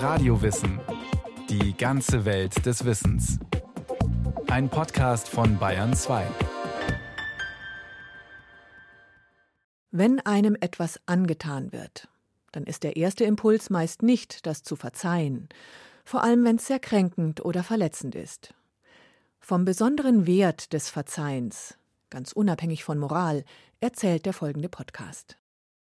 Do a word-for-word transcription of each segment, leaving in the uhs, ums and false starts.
Radiowissen. Die ganze Welt des Wissens. Ein Podcast von Bayern zwei. Wenn einem etwas angetan wird, dann ist der erste Impuls meist nicht, das zu verzeihen, vor allem wenn es sehr kränkend oder verletzend ist. Vom besonderen Wert des Verzeihens, ganz unabhängig von Moral, erzählt der folgende Podcast.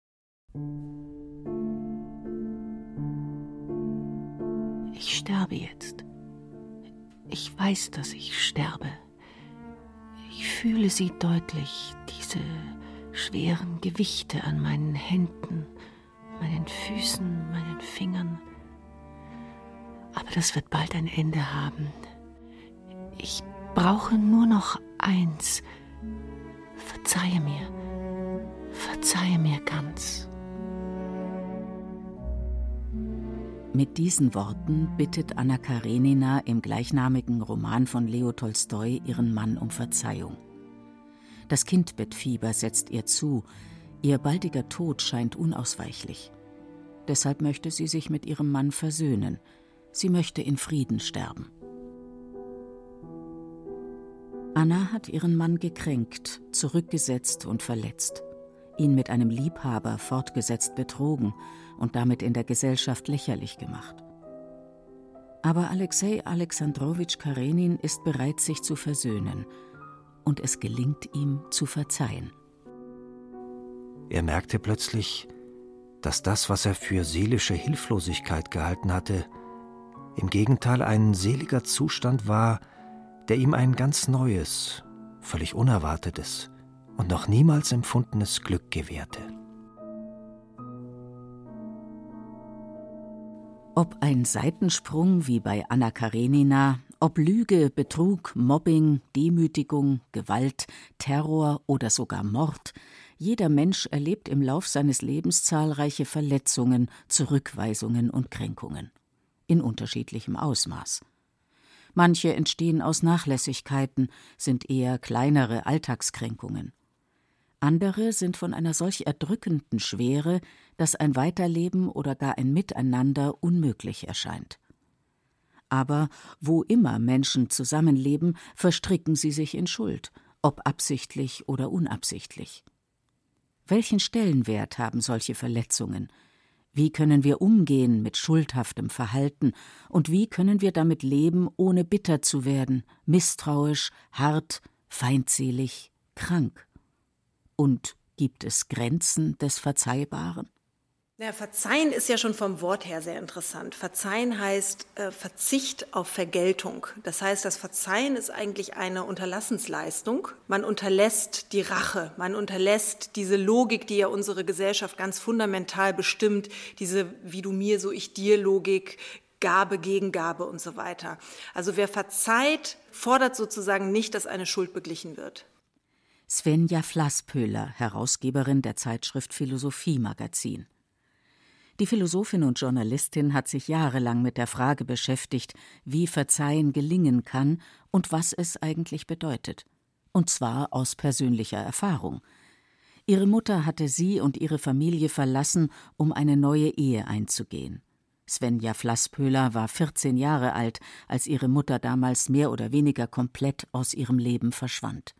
Ich sterbe jetzt. Ich weiß, dass ich sterbe. Ich fühle sie deutlich, diese schweren Gewichte an meinen Händen, meinen Füßen, meinen Fingern. Aber das wird bald ein Ende haben. Ich brauche nur noch eins. Verzeihe mir. Verzeihe mir ganz. Mit diesen Worten bittet Anna Karenina im gleichnamigen Roman von Leo Tolstoi ihren Mann um Verzeihung. Das Kindbettfieber setzt ihr zu, ihr baldiger Tod scheint unausweichlich. Deshalb möchte sie sich mit ihrem Mann versöhnen. Sie möchte in Frieden sterben. Anna hat ihren Mann gekränkt, zurückgesetzt und verletzt, ihn mit einem Liebhaber fortgesetzt betrogen und damit in der Gesellschaft lächerlich gemacht. Aber Alexei Alexandrowitsch Karenin ist bereit, sich zu versöhnen, und es gelingt ihm zu verzeihen. Er merkte plötzlich, dass das, was er für seelische Hilflosigkeit gehalten hatte, im Gegenteil ein seliger Zustand war, der ihm ein ganz neues, völlig unerwartetes und noch niemals empfundenes Glück gewährte. Ob ein Seitensprung wie bei Anna Karenina, ob Lüge, Betrug, Mobbing, Demütigung, Gewalt, Terror oder sogar Mord, jeder Mensch erlebt im Lauf seines Lebens zahlreiche Verletzungen, Zurückweisungen und Kränkungen. In unterschiedlichem Ausmaß. Manche entstehen aus Nachlässigkeiten, sind eher kleinere Alltagskränkungen. Andere sind von einer solch erdrückenden Schwere, dass ein Weiterleben oder gar ein Miteinander unmöglich erscheint. Aber wo immer Menschen zusammenleben, verstricken sie sich in Schuld, ob absichtlich oder unabsichtlich. Welchen Stellenwert haben solche Verletzungen? Wie können wir umgehen mit schuldhaftem Verhalten und wie können wir damit leben, ohne bitter zu werden, misstrauisch, hart, feindselig, krank? Und gibt es Grenzen des Verzeihbaren? Ja, Verzeihen ist ja schon vom Wort her sehr interessant. Verzeihen heißt äh, Verzicht auf Vergeltung. Das heißt, das Verzeihen ist eigentlich eine Unterlassensleistung. Man unterlässt die Rache, man unterlässt diese Logik, die ja unsere Gesellschaft ganz fundamental bestimmt, diese wie du mir, so ich dir Logik, Gabe, Gegengabe und so weiter. Also wer verzeiht, fordert sozusagen nicht, dass eine Schuld beglichen wird. Svenja Flasspöhler, Herausgeberin der Zeitschrift Philosophie Magazin. Die Philosophin und Journalistin hat sich jahrelang mit der Frage beschäftigt, wie Verzeihen gelingen kann und was es eigentlich bedeutet. Und zwar aus persönlicher Erfahrung. Ihre Mutter hatte sie und ihre Familie verlassen, um eine neue Ehe einzugehen. Svenja Flasspöhler war vierzehn Jahre alt, als ihre Mutter damals mehr oder weniger komplett aus ihrem Leben verschwand.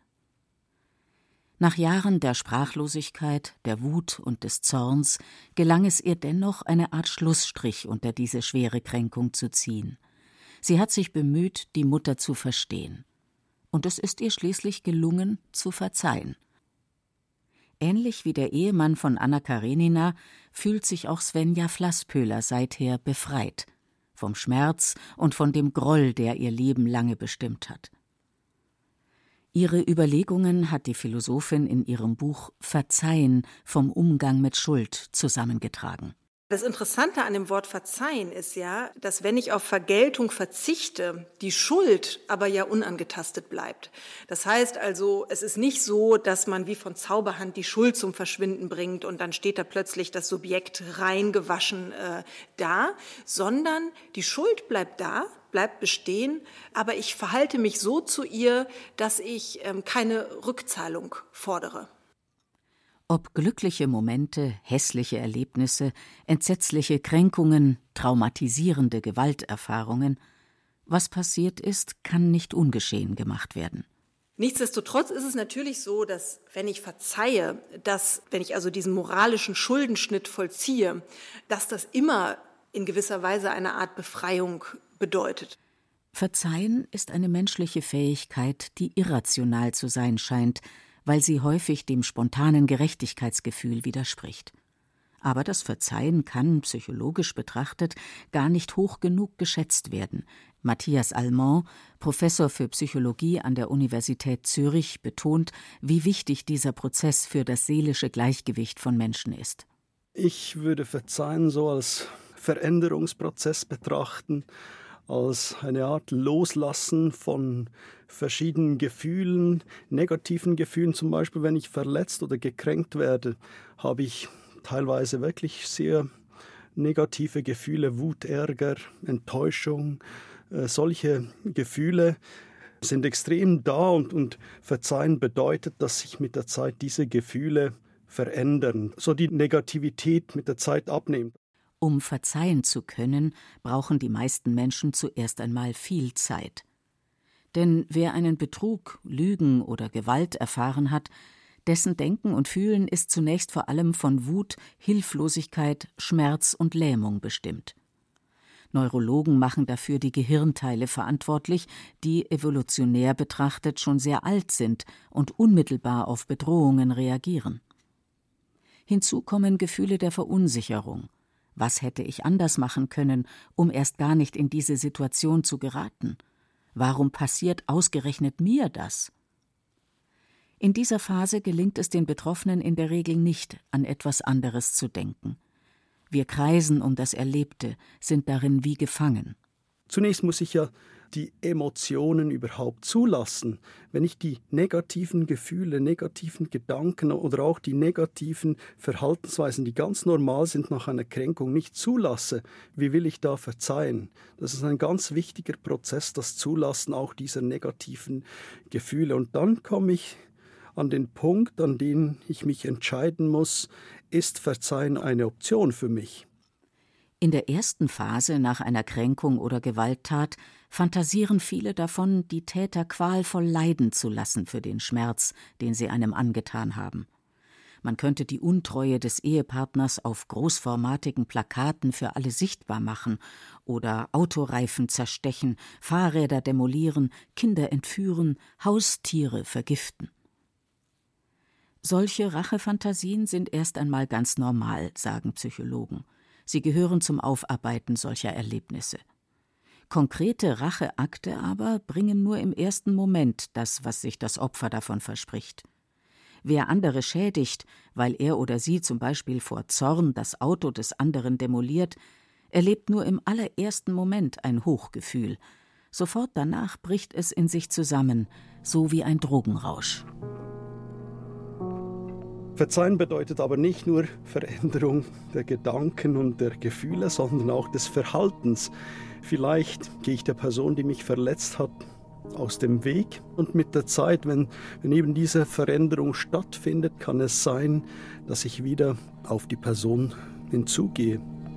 Nach Jahren der Sprachlosigkeit, der Wut und des Zorns gelang es ihr dennoch, eine Art Schlussstrich unter diese schwere Kränkung zu ziehen. Sie hat sich bemüht, die Mutter zu verstehen. Und es ist ihr schließlich gelungen, zu verzeihen. Ähnlich wie der Ehemann von Anna Karenina fühlt sich auch Svenja Flasspöhler seither befreit. Vom Schmerz und von dem Groll, der ihr Leben lange bestimmt hat. Ihre Überlegungen hat die Philosophin in ihrem Buch »Verzeihen vom Umgang mit Schuld« zusammengetragen. Das Interessante an dem Wort Verzeihen ist ja, dass wenn ich auf Vergeltung verzichte, die Schuld aber ja unangetastet bleibt. Das heißt also, es ist nicht so, dass man wie von Zauberhand die Schuld zum Verschwinden bringt und dann steht da plötzlich das Subjekt reingewaschen äh, da, sondern die Schuld bleibt da, bleibt bestehen, aber ich verhalte mich so zu ihr, dass ich ähm, keine Rückzahlung fordere. Ob glückliche Momente, hässliche Erlebnisse, entsetzliche Kränkungen, traumatisierende Gewalterfahrungen, was passiert ist, kann nicht ungeschehen gemacht werden. Nichtsdestotrotz ist es natürlich so, dass wenn ich verzeihe, dass wenn ich also diesen moralischen Schuldenschnitt vollziehe, dass das immer in gewisser Weise eine Art Befreiung bedeutet. Verzeihen ist eine menschliche Fähigkeit, die irrational zu sein scheint, weil sie häufig dem spontanen Gerechtigkeitsgefühl widerspricht. Aber das Verzeihen kann, psychologisch betrachtet, gar nicht hoch genug geschätzt werden. Matthias Almond, Professor für Psychologie an der Universität Zürich, betont, wie wichtig dieser Prozess für das seelische Gleichgewicht von Menschen ist. Ich würde Verzeihen so als Veränderungsprozess betrachten, als eine Art Loslassen von verschiedenen Gefühlen, negativen Gefühlen. Zum Beispiel, wenn ich verletzt oder gekränkt werde, habe ich teilweise wirklich sehr negative Gefühle, Wut, Ärger, Enttäuschung. Äh, solche Gefühle sind extrem da und, und Verzeihen bedeutet, dass sich mit der Zeit diese Gefühle verändern, so die Negativität mit der Zeit abnimmt. Um verzeihen zu können, brauchen die meisten Menschen zuerst einmal viel Zeit. Denn wer einen Betrug, Lügen oder Gewalt erfahren hat, dessen Denken und Fühlen ist zunächst vor allem von Wut, Hilflosigkeit, Schmerz und Lähmung bestimmt. Neurologen machen dafür die Gehirnteile verantwortlich, die evolutionär betrachtet schon sehr alt sind und unmittelbar auf Bedrohungen reagieren. Hinzu kommen Gefühle der Verunsicherung. Was hätte ich anders machen können, um erst gar nicht in diese Situation zu geraten? Warum passiert ausgerechnet mir das? In dieser Phase gelingt es den Betroffenen in der Regel nicht, an etwas anderes zu denken. Wir kreisen um das Erlebte, sind darin wie gefangen. Zunächst muss ich ja die Emotionen überhaupt zulassen. Wenn ich die negativen Gefühle, negativen Gedanken oder auch die negativen Verhaltensweisen, die ganz normal sind nach einer Kränkung, nicht zulasse, wie will ich da verzeihen? Das ist ein ganz wichtiger Prozess, das Zulassen auch dieser negativen Gefühle. Und dann komme ich an den Punkt, an dem ich mich entscheiden muss, ist Verzeihen eine Option für mich? In der ersten Phase nach einer Kränkung oder Gewalttat fantasieren viele davon, die Täter qualvoll leiden zu lassen für den Schmerz, den sie einem angetan haben. Man könnte die Untreue des Ehepartners auf großformatigen Plakaten für alle sichtbar machen oder Autoreifen zerstechen, Fahrräder demolieren, Kinder entführen, Haustiere vergiften. Solche Rachefantasien sind erst einmal ganz normal, sagen Psychologen. Sie gehören zum Aufarbeiten solcher Erlebnisse. Konkrete Racheakte aber bringen nur im ersten Moment das, was sich das Opfer davon verspricht. Wer andere schädigt, weil er oder sie zum Beispiel vor Zorn das Auto des anderen demoliert, erlebt nur im allerersten Moment ein Hochgefühl. Sofort danach bricht es in sich zusammen, so wie ein Drogenrausch. Verzeihen bedeutet aber nicht nur Veränderung der Gedanken und der Gefühle, sondern auch des Verhaltens. Vielleicht gehe ich der Person, die mich verletzt hat, aus dem Weg. Und mit der Zeit, wenn, wenn eben diese Veränderung stattfindet, kann es sein, dass ich wieder auf die Person hinzugehe.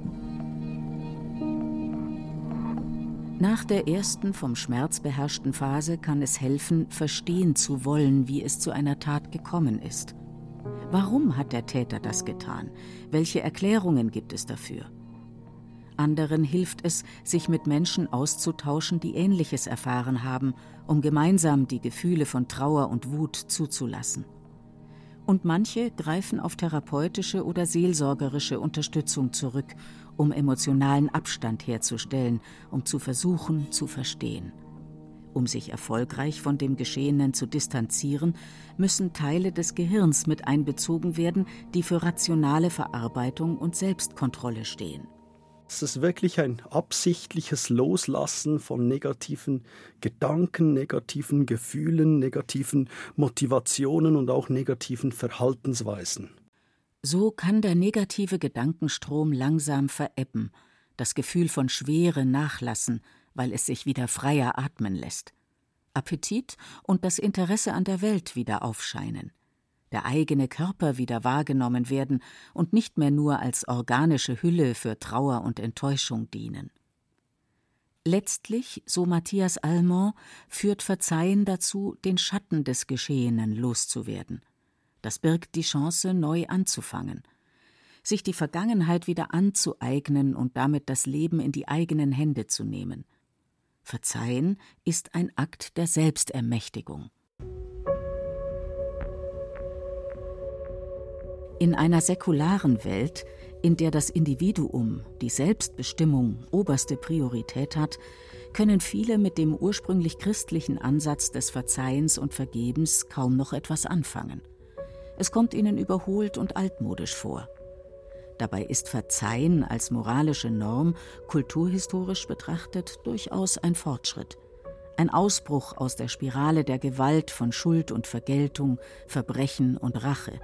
Nach der ersten vom Schmerz beherrschten Phase kann es helfen, verstehen zu wollen, wie es zu einer Tat gekommen ist. Warum hat der Täter das getan? Welche Erklärungen gibt es dafür? Anderen hilft es, sich mit Menschen auszutauschen, die Ähnliches erfahren haben, um gemeinsam die Gefühle von Trauer und Wut zuzulassen. Und manche greifen auf therapeutische oder seelsorgerische Unterstützung zurück, um emotionalen Abstand herzustellen, um zu versuchen, zu verstehen. Um sich erfolgreich von dem Geschehenen zu distanzieren, müssen Teile des Gehirns mit einbezogen werden, die für rationale Verarbeitung und Selbstkontrolle stehen. Es ist wirklich ein absichtliches Loslassen von negativen Gedanken, negativen Gefühlen, negativen Motivationen und auch negativen Verhaltensweisen. So kann der negative Gedankenstrom langsam verebben, das Gefühl von Schwere nachlassen, weil es sich wieder freier atmen lässt. Appetit und das Interesse an der Welt wieder aufscheinen. der eigene Körper wieder wahrgenommen werden und nicht mehr nur als organische Hülle für Trauer und Enttäuschung dienen. Letztlich, so Matthias Allmont, führt Verzeihen dazu, den Schatten des Geschehenen loszuwerden. Das birgt die Chance, neu anzufangen, sich die Vergangenheit wieder anzueignen und damit das Leben in die eigenen Hände zu nehmen. Verzeihen ist ein Akt der Selbstermächtigung. In einer säkularen Welt, in der das Individuum, die Selbstbestimmung, oberste Priorität hat, können viele mit dem ursprünglich christlichen Ansatz des Verzeihens und Vergebens kaum noch etwas anfangen. Es kommt ihnen überholt und altmodisch vor. Dabei ist Verzeihen als moralische Norm kulturhistorisch betrachtet durchaus ein Fortschritt. Ein Ausbruch aus der Spirale der Gewalt von Schuld und Vergeltung, Verbrechen und Rache.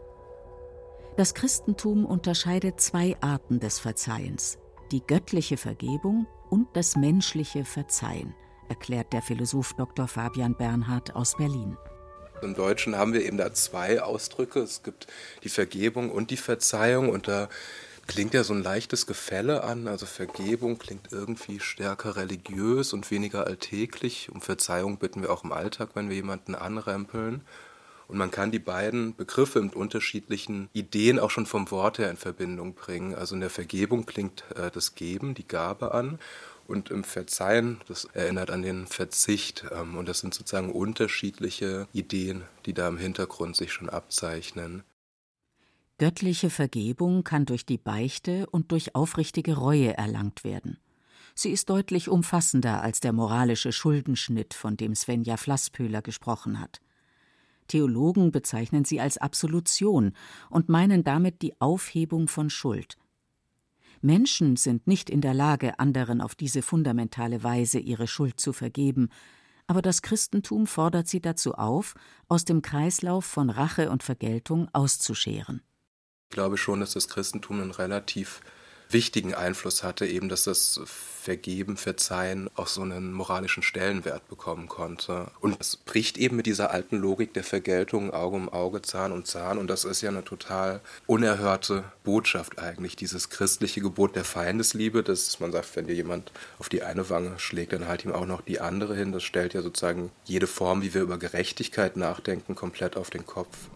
Das Christentum unterscheidet zwei Arten des Verzeihens: die göttliche Vergebung und das menschliche Verzeihen, erklärt der Philosoph Doktor Fabian Bernhard aus Berlin. Im Deutschen haben wir eben da zwei Ausdrücke. Es gibt die Vergebung und die Verzeihung, und da klingt ja so ein leichtes Gefälle an. Also Vergebung klingt irgendwie stärker religiös und weniger alltäglich. Um Verzeihung bitten wir auch im Alltag, wenn wir jemanden anrempeln. Und man kann die beiden Begriffe mit unterschiedlichen Ideen auch schon vom Wort her in Verbindung bringen. Also in der Vergebung klingt äh, das Geben, die Gabe an. Und im Verzeihen, das erinnert an den Verzicht. Ähm, und das sind sozusagen unterschiedliche Ideen, die da im Hintergrund sich schon abzeichnen. Göttliche Vergebung kann durch die Beichte und durch aufrichtige Reue erlangt werden. Sie ist deutlich umfassender als der moralische Schuldenschnitt, von dem Svenja Flasspöhler gesprochen hat. Theologen bezeichnen sie als Absolution und meinen damit die Aufhebung von Schuld. Menschen sind nicht in der Lage, anderen auf diese fundamentale Weise ihre Schuld zu vergeben, aber das Christentum fordert sie dazu auf, aus dem Kreislauf von Rache und Vergeltung auszuscheren. Ich glaube schon, dass das Christentum einen relativ wichtigen Einfluss hatte, eben dass das Vergeben, Verzeihen auch so einen moralischen Stellenwert bekommen konnte. Und es bricht eben mit dieser alten Logik der Vergeltung, Auge um Auge, Zahn um Zahn. Und das ist ja eine total unerhörte Botschaft eigentlich, dieses christliche Gebot der Feindesliebe, dass man sagt, wenn dir jemand auf die eine Wange schlägt, dann halt ihm auch noch die andere hin. Das stellt ja sozusagen jede Form, wie wir über Gerechtigkeit nachdenken, komplett auf den Kopf.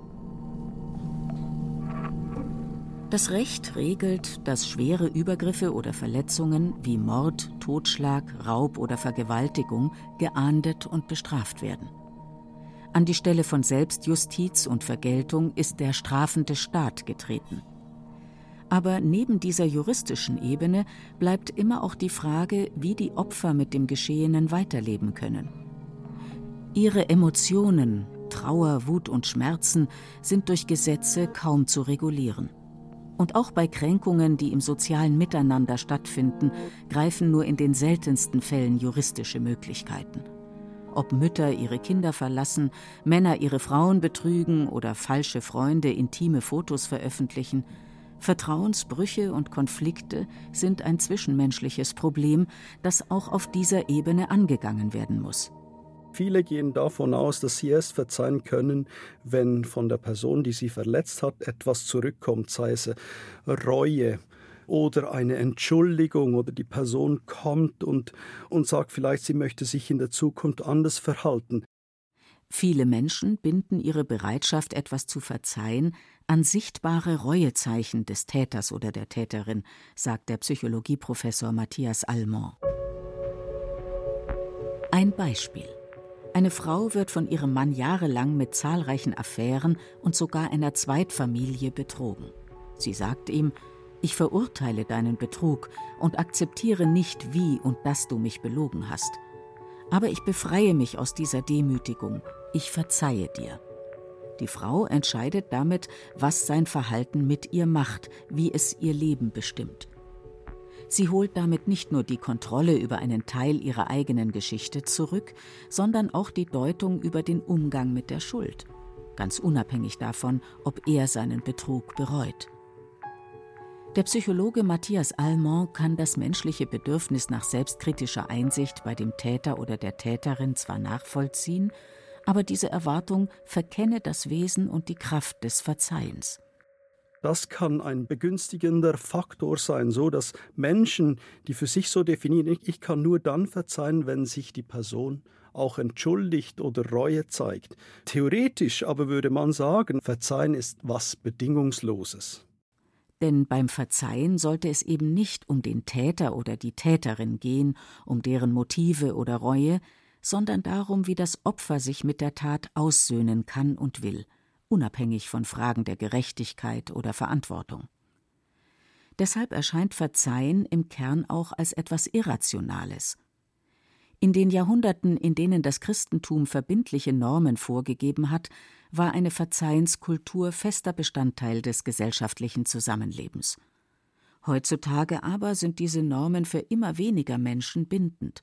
Das Recht regelt, dass schwere Übergriffe oder Verletzungen wie Mord, Totschlag, Raub oder Vergewaltigung geahndet und bestraft werden. An die Stelle von Selbstjustiz und Vergeltung ist der strafende Staat getreten. Aber neben dieser juristischen Ebene bleibt immer auch die Frage, wie die Opfer mit dem Geschehenen weiterleben können. Ihre Emotionen, Trauer, Wut und Schmerzen sind durch Gesetze kaum zu regulieren. Und auch bei Kränkungen, die im sozialen Miteinander stattfinden, greifen nur in den seltensten Fällen juristische Möglichkeiten. Ob Mütter ihre Kinder verlassen, Männer ihre Frauen betrügen oder falsche Freunde intime Fotos veröffentlichen, Vertrauensbrüche und Konflikte sind ein zwischenmenschliches Problem, das auch auf dieser Ebene angegangen werden muss. Viele gehen davon aus, dass sie erst verzeihen können, wenn von der Person, die sie verletzt hat, etwas zurückkommt, sei es Reue oder eine Entschuldigung, oder die Person kommt und, und sagt vielleicht, sie möchte sich in der Zukunft anders verhalten. Viele Menschen binden ihre Bereitschaft, etwas zu verzeihen, an sichtbare Reuezeichen des Täters oder der Täterin, sagt der Psychologieprofessor Matthias Allmont. Ein Beispiel. Eine Frau wird von ihrem Mann jahrelang mit zahlreichen Affären und sogar einer Zweitfamilie betrogen. Sie sagt ihm: Ich verurteile deinen Betrug und akzeptiere nicht, wie und dass du mich belogen hast. Aber ich befreie mich aus dieser Demütigung. Ich verzeihe dir. Die Frau entscheidet damit, was sein Verhalten mit ihr macht, wie es ihr Leben bestimmt. Sie holt damit nicht nur die Kontrolle über einen Teil ihrer eigenen Geschichte zurück, sondern auch die Deutung über den Umgang mit der Schuld, ganz unabhängig davon, ob er seinen Betrug bereut. Der Psychologe Matthias Allmont kann das menschliche Bedürfnis nach selbstkritischer Einsicht bei dem Täter oder der Täterin zwar nachvollziehen, Aber diese Erwartung verkenne das Wesen und die Kraft des Verzeihens. Das kann ein begünstigender Faktor sein, so dass Menschen, die für sich so definieren, ich kann nur dann verzeihen, wenn sich die Person auch entschuldigt oder Reue zeigt. Theoretisch aber würde man sagen, Verzeihen ist was Bedingungsloses. Denn beim Verzeihen sollte es eben nicht um den Täter oder die Täterin gehen, um deren Motive oder Reue, sondern darum, wie das Opfer sich mit der Tat aussöhnen kann und will, unabhängig von Fragen der Gerechtigkeit oder Verantwortung. Deshalb erscheint Verzeihen im Kern auch als etwas Irrationales. In den Jahrhunderten, in denen das Christentum verbindliche Normen vorgegeben hat, war eine Verzeihenskultur fester Bestandteil des gesellschaftlichen Zusammenlebens. Heutzutage aber sind diese Normen für immer weniger Menschen bindend.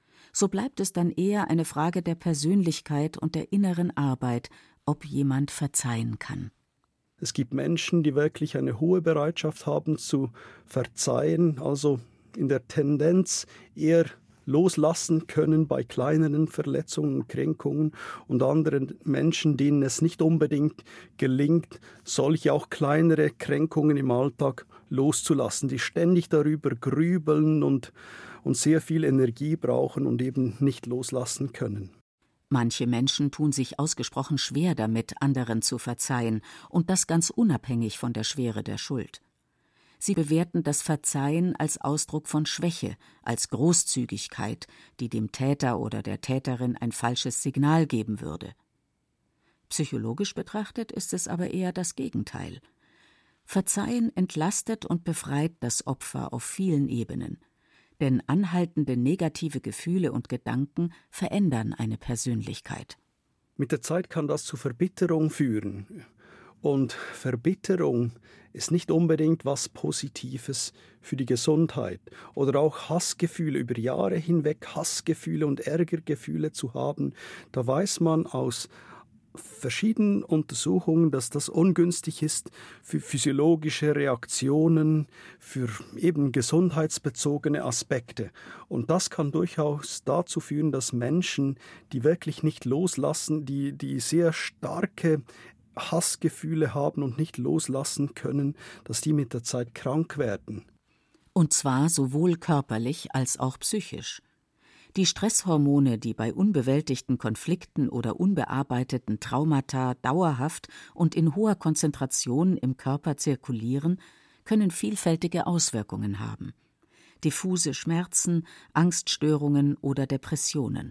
So bleibt es dann eher eine Frage der Persönlichkeit und der inneren Arbeit, ob jemand verzeihen kann. Es gibt Menschen, die wirklich eine hohe Bereitschaft haben zu verzeihen, also in der Tendenz eher loslassen können bei kleineren Verletzungen und Kränkungen, und anderen Menschen, denen es nicht unbedingt gelingt, solche auch kleinere Kränkungen im Alltag loszulassen, die ständig darüber grübeln und, und sehr viel Energie brauchen und eben nicht loslassen können. Manche Menschen tun sich ausgesprochen schwer damit, anderen zu verzeihen, und das ganz unabhängig von der Schwere der Schuld. Sie bewerten das Verzeihen als Ausdruck von Schwäche, als Großzügigkeit, die dem Täter oder der Täterin ein falsches Signal geben würde. Psychologisch betrachtet ist es aber eher das Gegenteil. Verzeihen entlastet und befreit das Opfer auf vielen Ebenen, denn anhaltende negative Gefühle und Gedanken verändern eine Persönlichkeit. Mit der Zeit kann das zu Verbitterung führen. Und Verbitterung ist nicht unbedingt was Positives für die Gesundheit. Oder auch Hassgefühle über Jahre hinweg, Hassgefühle und Ärgergefühle zu haben. Da weiß man aus verschiedenen Untersuchungen, dass das ungünstig ist für physiologische Reaktionen, für eben gesundheitsbezogene Aspekte. Und das kann durchaus dazu führen, dass Menschen, die wirklich nicht loslassen, die, die sehr starke Hassgefühle haben und nicht loslassen können, dass die mit der Zeit krank werden. Und zwar sowohl körperlich als auch psychisch. Die Stresshormone, die bei unbewältigten Konflikten oder unbearbeiteten Traumata dauerhaft und in hoher Konzentration im Körper zirkulieren, können vielfältige Auswirkungen haben. Diffuse Schmerzen, Angststörungen oder Depressionen.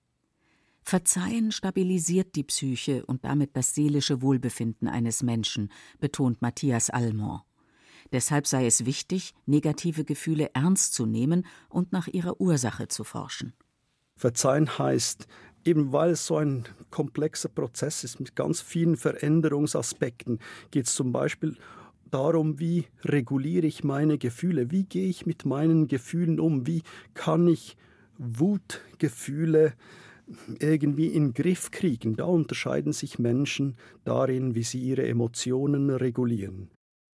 Verzeihen stabilisiert die Psyche und damit das seelische Wohlbefinden eines Menschen, betont Matthias Allmont. Deshalb sei es wichtig, negative Gefühle ernst zu nehmen und nach ihrer Ursache zu forschen. Verzeihen heißt, eben weil es so ein komplexer Prozess ist mit ganz vielen Veränderungsaspekten, geht es zum Beispiel darum, wie reguliere ich meine Gefühle, wie gehe ich mit meinen Gefühlen um, wie kann ich Wutgefühle irgendwie in den Griff kriegen. Da unterscheiden sich Menschen darin, wie sie ihre Emotionen regulieren.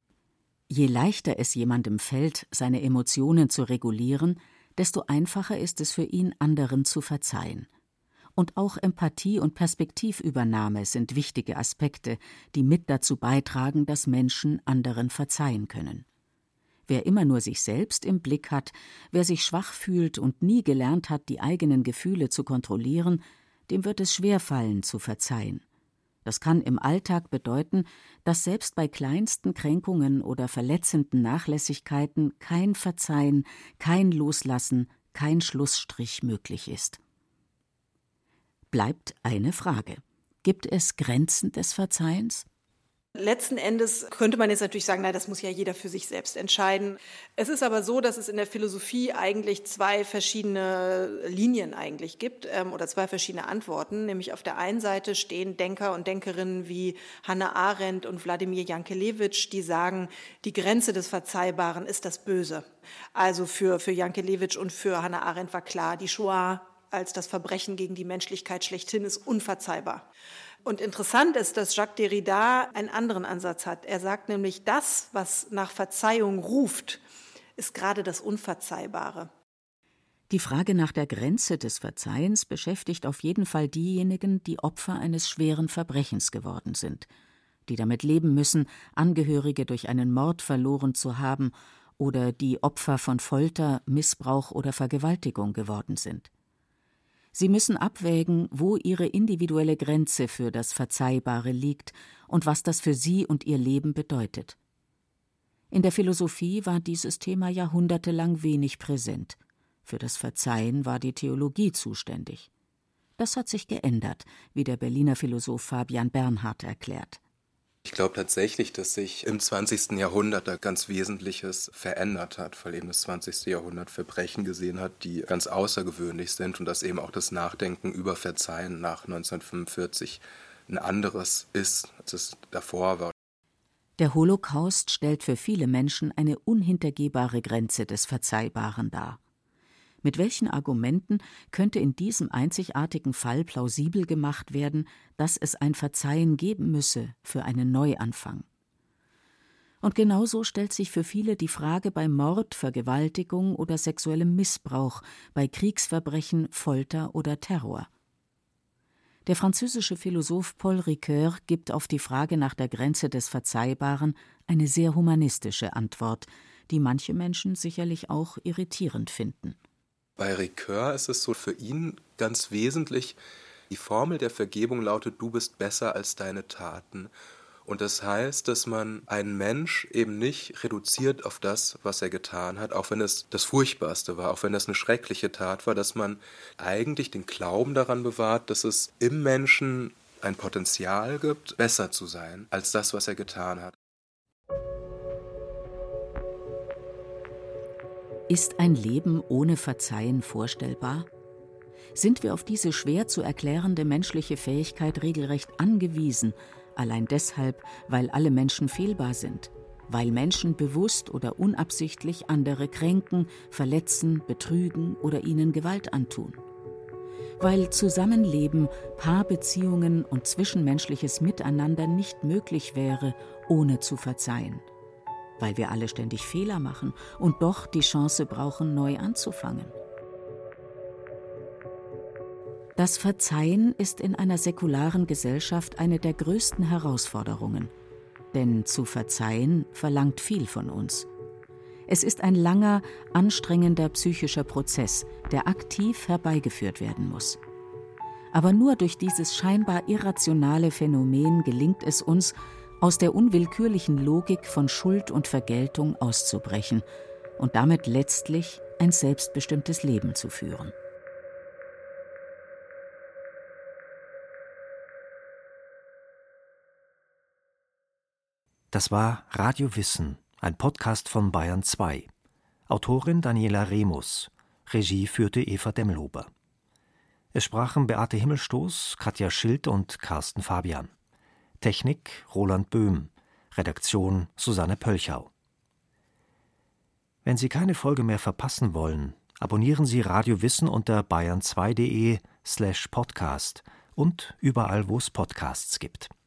Je leichter es jemandem fällt, seine Emotionen zu regulieren, desto einfacher ist es für ihn, anderen zu verzeihen. Und auch Empathie und Perspektivübernahme sind wichtige Aspekte, die mit dazu beitragen, dass Menschen anderen verzeihen können. Wer immer nur sich selbst im Blick hat, wer sich schwach fühlt und nie gelernt hat, die eigenen Gefühle zu kontrollieren, dem wird es schwerfallen, zu verzeihen. Das kann im Alltag bedeuten, dass selbst bei kleinsten Kränkungen oder verletzenden Nachlässigkeiten kein Verzeihen, kein Loslassen, kein Schlussstrich möglich ist. Bleibt eine Frage: Gibt es Grenzen des Verzeihens? Letzten Endes könnte man jetzt natürlich sagen, nein, das muss ja jeder für sich selbst entscheiden. Es ist aber so, dass es in der Philosophie eigentlich zwei verschiedene Linien eigentlich gibt ähm, oder zwei verschiedene Antworten. Nämlich auf der einen Seite stehen Denker und Denkerinnen wie Hannah Arendt und Wladimir Jankelewitsch, die sagen, die Grenze des Verzeihbaren ist das Böse. Also für, für Jankelewitsch und für Hannah Arendt war klar, die Shoah als das Verbrechen gegen die Menschlichkeit schlechthin ist unverzeihbar. Und interessant ist, dass Jacques Derrida einen anderen Ansatz hat. Er sagt nämlich, das, was nach Verzeihung ruft, ist gerade das Unverzeihbare. Die Frage nach der Grenze des Verzeihens beschäftigt auf jeden Fall diejenigen, die Opfer eines schweren Verbrechens geworden sind, die damit leben müssen, Angehörige durch einen Mord verloren zu haben oder die Opfer von Folter, Missbrauch oder Vergewaltigung geworden sind. Sie müssen abwägen, wo ihre individuelle Grenze für das Verzeihbare liegt und was das für sie und ihr Leben bedeutet. In der Philosophie war dieses Thema jahrhundertelang wenig präsent. Für das Verzeihen war die Theologie zuständig. Das hat sich geändert, wie der Berliner Philosoph Fabian Bernhard erklärt. Ich glaube tatsächlich, dass sich im zwanzigsten Jahrhundert da ganz Wesentliches verändert hat, weil eben das zwanzigste Jahrhundert Verbrechen gesehen hat, die ganz außergewöhnlich sind und dass eben auch das Nachdenken über Verzeihen nach neunzehnhundertfünfundvierzig ein anderes ist, als es davor war. Der Holocaust stellt für viele Menschen eine unhintergehbare Grenze des Verzeihbaren dar. Mit welchen Argumenten könnte in diesem einzigartigen Fall plausibel gemacht werden, dass es ein Verzeihen geben müsse für einen Neuanfang? Und genauso stellt sich für viele die Frage bei Mord, Vergewaltigung oder sexuellem Missbrauch, bei Kriegsverbrechen, Folter oder Terror. Der französische Philosoph Paul Ricoeur gibt auf die Frage nach der Grenze des Verzeihbaren eine sehr humanistische Antwort, die manche Menschen sicherlich auch irritierend finden. Bei Ricoeur ist es so für ihn ganz wesentlich, die Formel der Vergebung lautet, du bist besser als deine Taten. Und das heißt, dass man einen Mensch eben nicht reduziert auf das, was er getan hat, auch wenn es das Furchtbarste war, auch wenn das eine schreckliche Tat war, dass man eigentlich den Glauben daran bewahrt, dass es im Menschen ein Potenzial gibt, besser zu sein als das, was er getan hat. Ist ein Leben ohne Verzeihen vorstellbar? Sind wir auf diese schwer zu erklärende menschliche Fähigkeit regelrecht angewiesen, allein deshalb, weil alle Menschen fehlbar sind, weil Menschen bewusst oder unabsichtlich andere kränken, verletzen, betrügen oder ihnen Gewalt antun? Weil Zusammenleben, Paarbeziehungen und zwischenmenschliches Miteinander nicht möglich wäre, ohne zu verzeihen? Weil wir alle ständig Fehler machen und doch die Chance brauchen, neu anzufangen. Das Verzeihen ist in einer säkularen Gesellschaft eine der größten Herausforderungen. Denn zu verzeihen verlangt viel von uns. Es ist ein langer, anstrengender psychischer Prozess, der aktiv herbeigeführt werden muss. Aber nur durch dieses scheinbar irrationale Phänomen gelingt es uns, aus der unwillkürlichen Logik von Schuld und Vergeltung auszubrechen und damit letztlich ein selbstbestimmtes Leben zu führen. Das war Radio Wissen, ein Podcast von Bayern zwei. Autorin Daniela Remus, Regie führte Eva Demlober. Es sprachen Beate Himmelstoß, Katja Schild und Carsten Fabian. Technik Roland Böhm, Redaktion Susanne Pölchau. Wenn Sie keine Folge mehr verpassen wollen, abonnieren Sie Radio Wissen unter bayern zwei punkt de slash podcast und überall, wo es Podcasts gibt.